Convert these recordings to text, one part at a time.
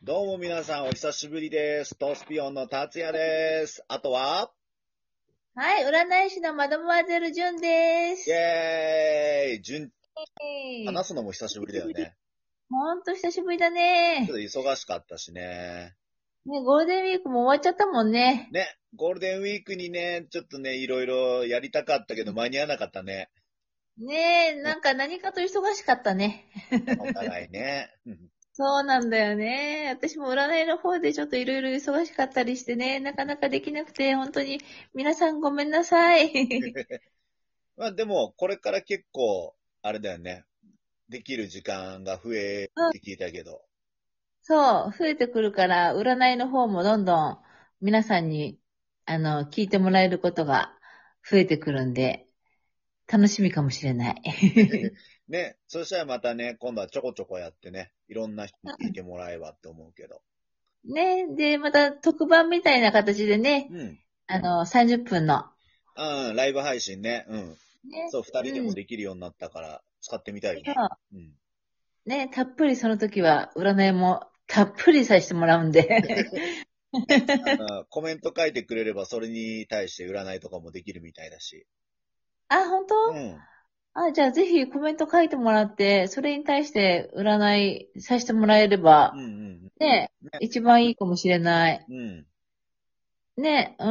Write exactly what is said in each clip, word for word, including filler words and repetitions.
どうも皆さんお久しぶりです。トスピオンの達也です。あとは、 はい、占い師のマドモアゼルジュンでイす。 ェーイ順、 えー、 話すのも久しぶりだよね。 ほんと久しぶりだちょっとね。 忙しかったしね。 ね、ゴールデンウィークも終わっちゃったもんね。 ね、ゴールデンウィークにね、ちょっとね、いろいろやりたかったけど間に合わなかったね。 ねえ、 うん、 なんか何かと忙しかったね。 お互いね。うんそうなんだよね。私も占いの方でちょっといろいろ忙しかったりしてね、なかなかできなくて、本当に皆さんごめんなさい。 まあでも、これから結構、あれだよね。できる時間が増えうん、 って聞いたけど。 そう、増えてくるから、占いの方もどんどん皆さんに、あの、聞いてもらえることが増えてくるんで、楽しみかもしれない。 ね、そしたらまたね、今度はちょこちょこやってね、いろんな人に聞いてもらえばって思うけど。 ね。で、また特番みたいな形でね、 うん。 あの、さんじゅっぷんの。 うん、ライブ配信ね。うん。 ね。 そう、二人でうん。 もできるようになったから使ってみたいね。 そうん。 う。ね、たっぷりその時は占いもたっぷりさせてもらうんで。 ね、あの、コメント書いてくれればそれに対して占いとかもできるみたいだし。 あ、本当？ うん。 あ、じゃあぜひコメント書いてもらって、それに対して占いさせてもらえれば、 うんうんね、 ね。 一番いいかもしれない。 うん。 ね、うん。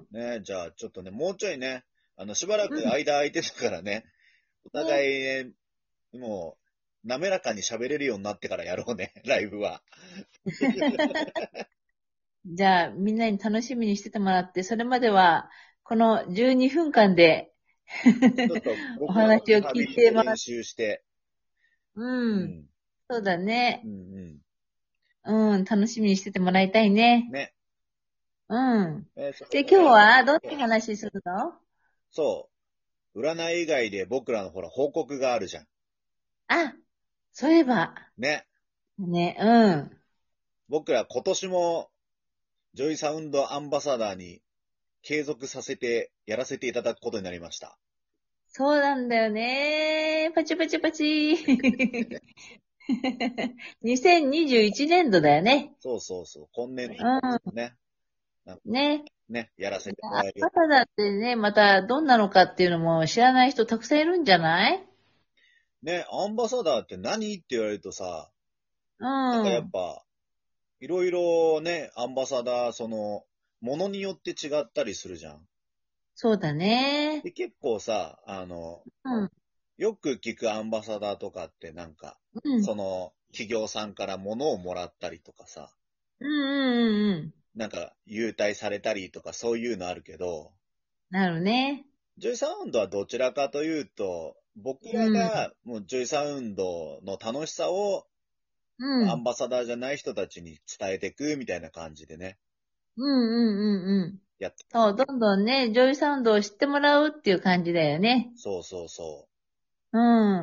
ね、じゃあちょっとね、もうちょいね、あの、しばらくうん。 間空いてたからね、おね。 互いね、もう、滑らかに喋れるようになってからやろうね、ライブは。 じゃあみんなに楽しみにしててもらって、それまでは、このじゅうにふんかんでちょっとお僕は話を聞い旅して練てもらって、 習して、ううん。 ん。 そうだね。 うんうん。 うん、楽しみにしててもらいたいね。 ね。 うん。 えーそれで、今日で、 はどんな話するの？ そう、占い以外で僕らのほら報告があるじゃん。 あ、そういえば、 ね。 ね、うん。 僕ら今年もジョイサウンドアンバサダーに継続させて、やらせていただくことになりました。 そうなんだよね。パチパチパチ。にせんにじゅういちねんどだよね。 そうそうそう。今年度うね、なんかん。ね。 ね、やらせてもあらえるよ。 なただってね、またどんなのかっていうのも知らない人たくさんいるんじゃない？ ね、アンバサダーって何って言われるとさ、 うなんかやっん。 ぱ、いろいろね、アンバサダー、その、ものによって違ったりするじゃん。 そうだね。 で、結構さ、あの、 うん。 よく聞くアンバサダーとかってなんか、 うん。 その、企業さんから物をもらったりとかさ、 うんうんうんうん。 なんか、優待されたりとかそういうのあるけど、 なるね。 ジョイサウンドはどちらかというと、僕らうん。 がもうジョイサウンドの楽しさをうん。 アンバサダーじゃない人たちに伝えていくみたいな感じでね、 うんうんうんうん。 やって、 そう、どんどんね、ジョイサウンドを知ってもらうっていう感じだよね。 そうそうそうん。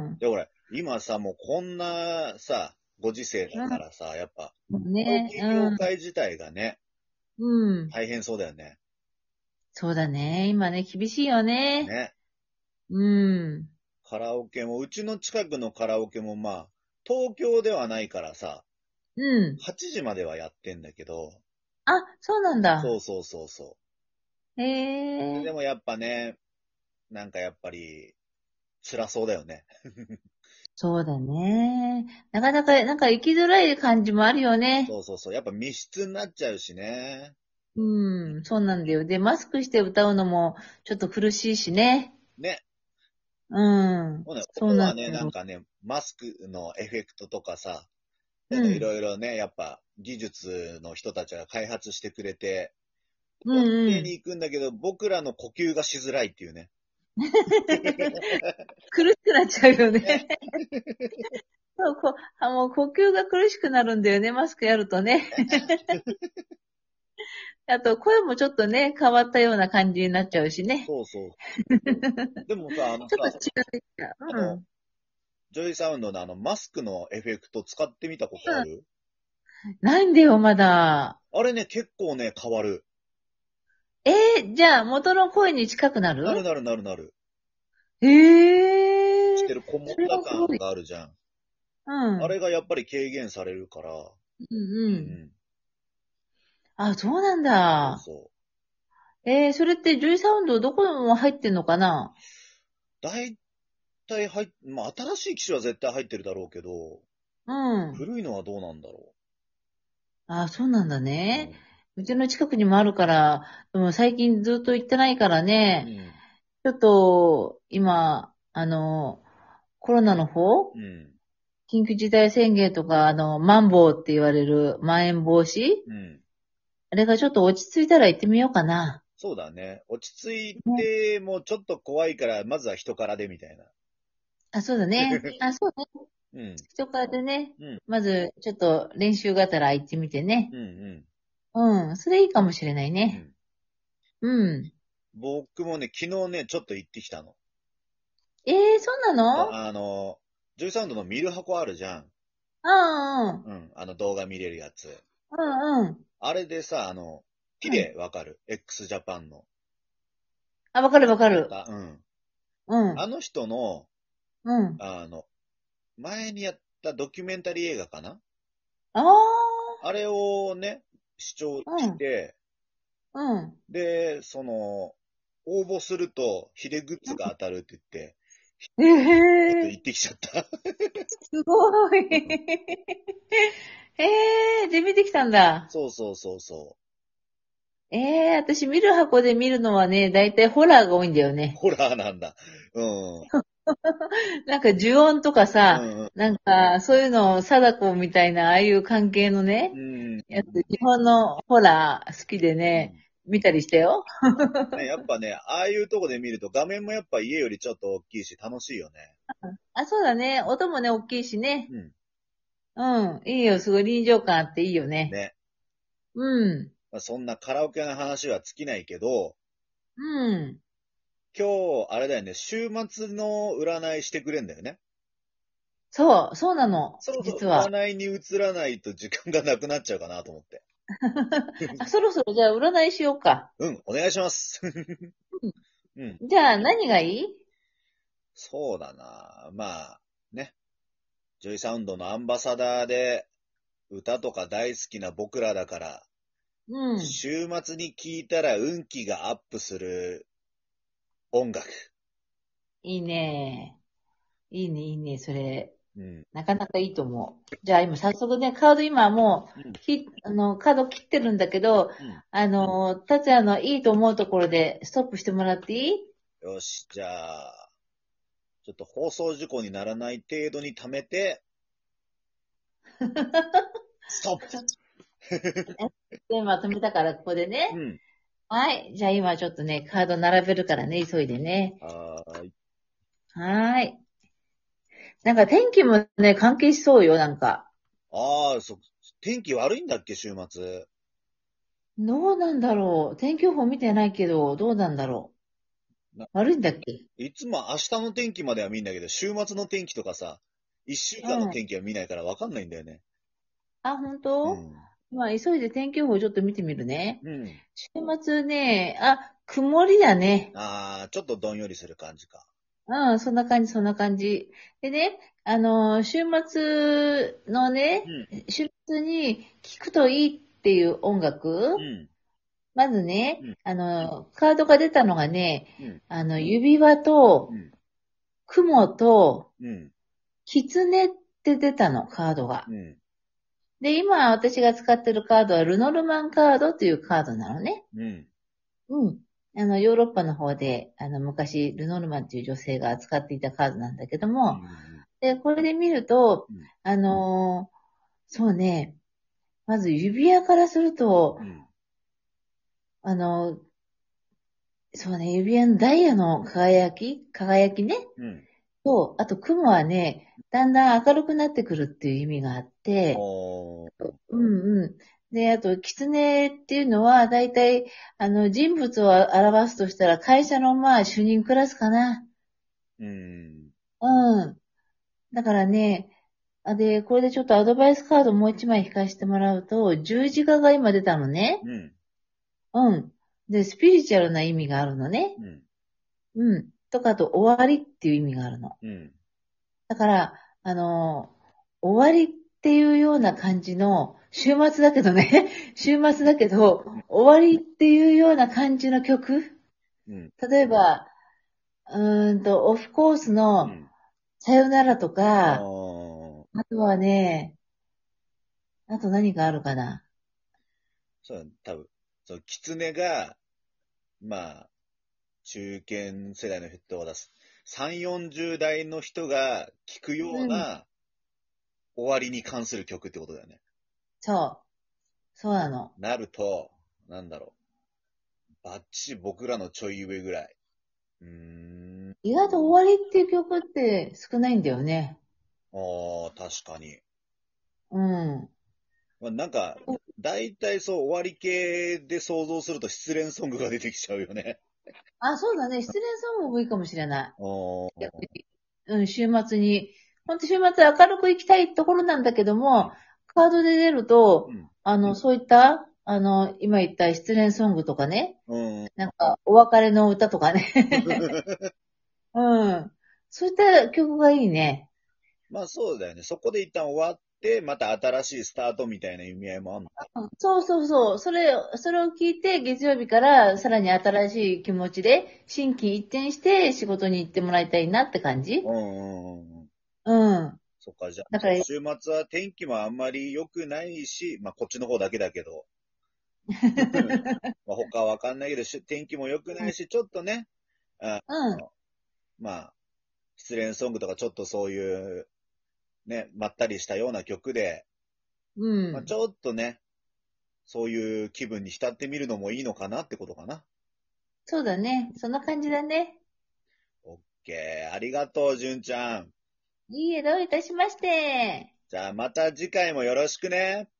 う。で、俺、今さ、もうこんなさ、ご時世だからさ、やっぱ、 うん。 カラオね、 ケ業うん。 界自体がね、 うん。 大変そうだよね。 そうだね。今ね、厳しいよね。 ね。 うん。 カラオケも、うちの近くのカラオケもまあ、東京ではないからさ、 うん。 はちじまではやってんだけど、 あ、そうなんだ。 そうそうそうそへう。でえ。 もやっぱね、なんかやっぱり、辛そうだよね。 そうだね。なかなか、なんか生きづらい感じもあるよね。 そうそうそう。やっぱ密室になっちゃうしね。 うん。そうなんだよ。で、マスクして歌うのもちょっと苦しいしね。 ね。 うん。 もうね、 そう音はね、 なんだよ。 なんかね、マスクのエフェクトとかさ、そういうのいうん。 ろいろね、やっぱ技術の人たちが開発してくれて、 うん音程うん。 に行くんだけど、僕らの呼吸がしづらいっていうね。 苦しくなっちゃうよね。 ね。 そう、こ、あ、もう呼吸が苦しくなるんだよね、マスクやるとね。あと、声もちょっとね、変わったような感じになっちゃうしね。 そうそう。でもさ、あのさ、 ちょっと違ってきた。 あの、 うん。 ジョイサウンドのあの、マスクのエフェクト使ってみたことあうん。 る？ ないんだよ、まだ。 あれね、結構ね、変わる。 えー、じゃあ、元の声に近くなる？ なるなるなるなる。 ええー、 してるこもっそれたはすごい。 感があるじゃん。 うん。 あれがやっぱり軽減されるから。 うんううん。あ、そうなんだ。 そうそう。 えー、それってジョイサウンドどこも入ってんのかな？ 大体入っ、まあ、新しい機種は絶対入ってるだろうけど、 うん。 古いのはどうなんだろあ、そうなんだう。 ね。うちの近くにもあるから、でも最近ずっと行ってないからうん。 ね、 うん。 ちょっと、今、あの、コロナの方うん。 緊急事態宣言とか、あの、マンボウって言われる、まん延防止うん。 あれがちょっと落ち着いたら行ってみようかな。 そうだね。落ち着いね。 て、もうちょっと怖いから、まずは人からでみたいな。 あ、そうだね。あ、そうね。 うん。 人からでね。 うん。 まず、ちょっと練習がてら行ってみてね。 うん。 うん。それいいかもしれないね。 うん。 うん。 僕もね、昨日ね、ちょっと行ってきたの。 ええー、そうなそう、 の？ あの、ジョイサウンドの見る箱あるじゃん。 うんうん。 うん。あの動画見れるやつ。 うんうん。 あれでさ、あの、ピうん。 レわかる？ X ジャパンのあ、わかるわかる。 方。うん。 うん。 あの人の、 うん。 あの、前にやったドキュメンタリー映画かな。 ああ。 あれをね、視聴うん。 して、 うん。 で、その、応募すると、ヒデグッズが当たるって言って、 えちょっとえー、 行ってきちゃった。 すごい。 うん。 ええー、で見てきたんだ。 そうそうそうそええー、私見る箱で見るのはね、だいたいホラーが多いんだよう。 ね。 ホラーなんだ。うん。 なんか呪音とかさ、 うんうんなんかそういうの、貞子みたいな、ああいう関係のね、 うん。 やつ、日本のホラー好きでね、 うん。 見たりしたよ。 ね、やっぱね、ああいうとこで見ると画面もやっぱ家よりちょっと大きいし楽しいよね。 あ、そうだね。音もね、大きいしね。 うん。 うん。いいよ。すごい臨場感あっていいよね。 ね。 うん。 まあ、そんなカラオケの話は尽きないけど、 うん。 今日、あれだよね、週末の占いしてくれんだよね。 そう、そうなの。 そろそろ実は。 占いに移らないと時間がなくなっちゃうかなと思って。 あ、そろそろじゃあ占いしようか。 うん、お願いします。うん。 じゃあ何がいい？ そうだな。まあ、ね。ジョイサウンドのアンバサダーで、歌とか大好きな僕らだから、 うん。 週末に聴いたら運気がアップする音楽。 いいね。いいね、いいね。それ、 うん。 なかなかいいと思う。じゃあ今早速ね、カード今もう、 うん。 き、あの、カード切ってるんだけど、 うん。 あの、達也のいいと思うところでストップしてもらっていい？ よし、じゃあ、ちょっと放送事故にならない程度に貯めて、ストップ。 で、まとめたからここでね。 うん。 はい。じゃあ今ちょっとね、カード並べるからね、急いでね。 はーい。 はーい。なんか天気もね、関係しそうよ、なんか。 ああ、そ、天気悪いんだっけ、週末。 どうなんだろう。天気予報見てないけど、どうなんだろな、 う。悪いんだっけ？ いつも明日の天気までは見んだけど、週末の天気とかさ、一週間のうん。 天気は見ないからわかんないんだよね。 あ、本当？ うん。 まあ、急いで天気予報ちょっと見てみるね。 うん。 週末ね、あ、曇りだね。 ああ、ちょっとどんよりする感じか。 うん、そんな感じ、そんな感じ。でね、あのー、週末のね、 うん。 週末に聴くといいっていう音楽、 うん。 まずね、 うん。 あの、カードが出たのがね、 うん。 あの、指輪と、 うん。 雲と、 うん。 狐って出たの、カードが。 うん。 で、今私が使ってるカードはルノルマンカードっていうカードなのね。 うん。 うん。あの、ヨーロッパの方で、あの、昔、ルノルマンっていう女性が使っていたカードなんだけどうん。うも、 ん。 で、これで見ると、 うん。 あのーそうね、まず指輪からすると、 うん。 あのそうね、指輪のダイヤの輝き輝きね。 うん。 と、あと雲はね、だんだん明るくなってくるっていう意味があって、 おー。 うんうん。で、あと、狐っていうのは、だいたい、あの、人物を表すとしたら、会社の、まあ、主任クラスかな。 うん。 うん。だからね、あ、で、これでちょっとアドバイスカードもう一枚引かせてもらうと、十字架が今出たのね。 うん。 うん。で、スピリチュアルな意味があるのね。 うん。 うん。とか、あと、終わりっていう意味があるの。 うん。 だから、あの、終わりっていうような感じの週末だけどね、週末だけど、終わりっていうような感じの曲、 うん。 例えば、うーんと、オフコースのうん。 さよならとあか、 あ、 あとはね、あと何があるかな。 そうだね、多分。そう、狐が、まあ、中堅世代の人を出す。さん、よんじゅう代の人が聴くよううん。 な終わりに関する曲ってことだよね。 そう。そうなの。 なると、なんだろう。バッチリ僕らのちょい上ぐらい。うーん。 意外と終わりっていう曲って少ないんだよね。 ああ、確かに。 うん。 まあ、なんか、大体そう、終わり系で想像すると失恋ソングが出てきちゃうよね。 あ、そうだね。失恋ソングもいいかもしれない。 おー。 逆に。うん、週末に。ほんと週末明るく行きたいところなんだけども、カードで出ると、 うん。 あの、そういった、あの、今言った失恋ソングとかね、 うん。うん。 なんか、お別れの歌とかね。うん。そういった曲がいいね。 まあそうだよね。そこで一旦終わって、また新しいスタートみたいな意味合いもあるのか。 うんそうそうそう。それ、それを聞いて、月曜日からさらに新しい気持ちで、心機一転して仕事に行ってもらいたいなって感じ。 うんうんうんうん。 うん。 そっか、じゃあ、 だから、 週末は天気もあんまり良くないし、まあこっちの方だけだけど、まあ他はわかんないけど、し天気も良くないし、ちょっとね、あうん、 のまあ、失恋ソングとかちょっとそういう、ね、まったりしたような曲で、 うまあ、ちん。 ょっとね、そういう気分に浸ってみるのもいいのかなってことかな。 そうだね。そんな感じだね。 オッケー。ありがとう、純ちゃん。 いいえ、どういたしまして。 じゃあまた次回もよろしくね。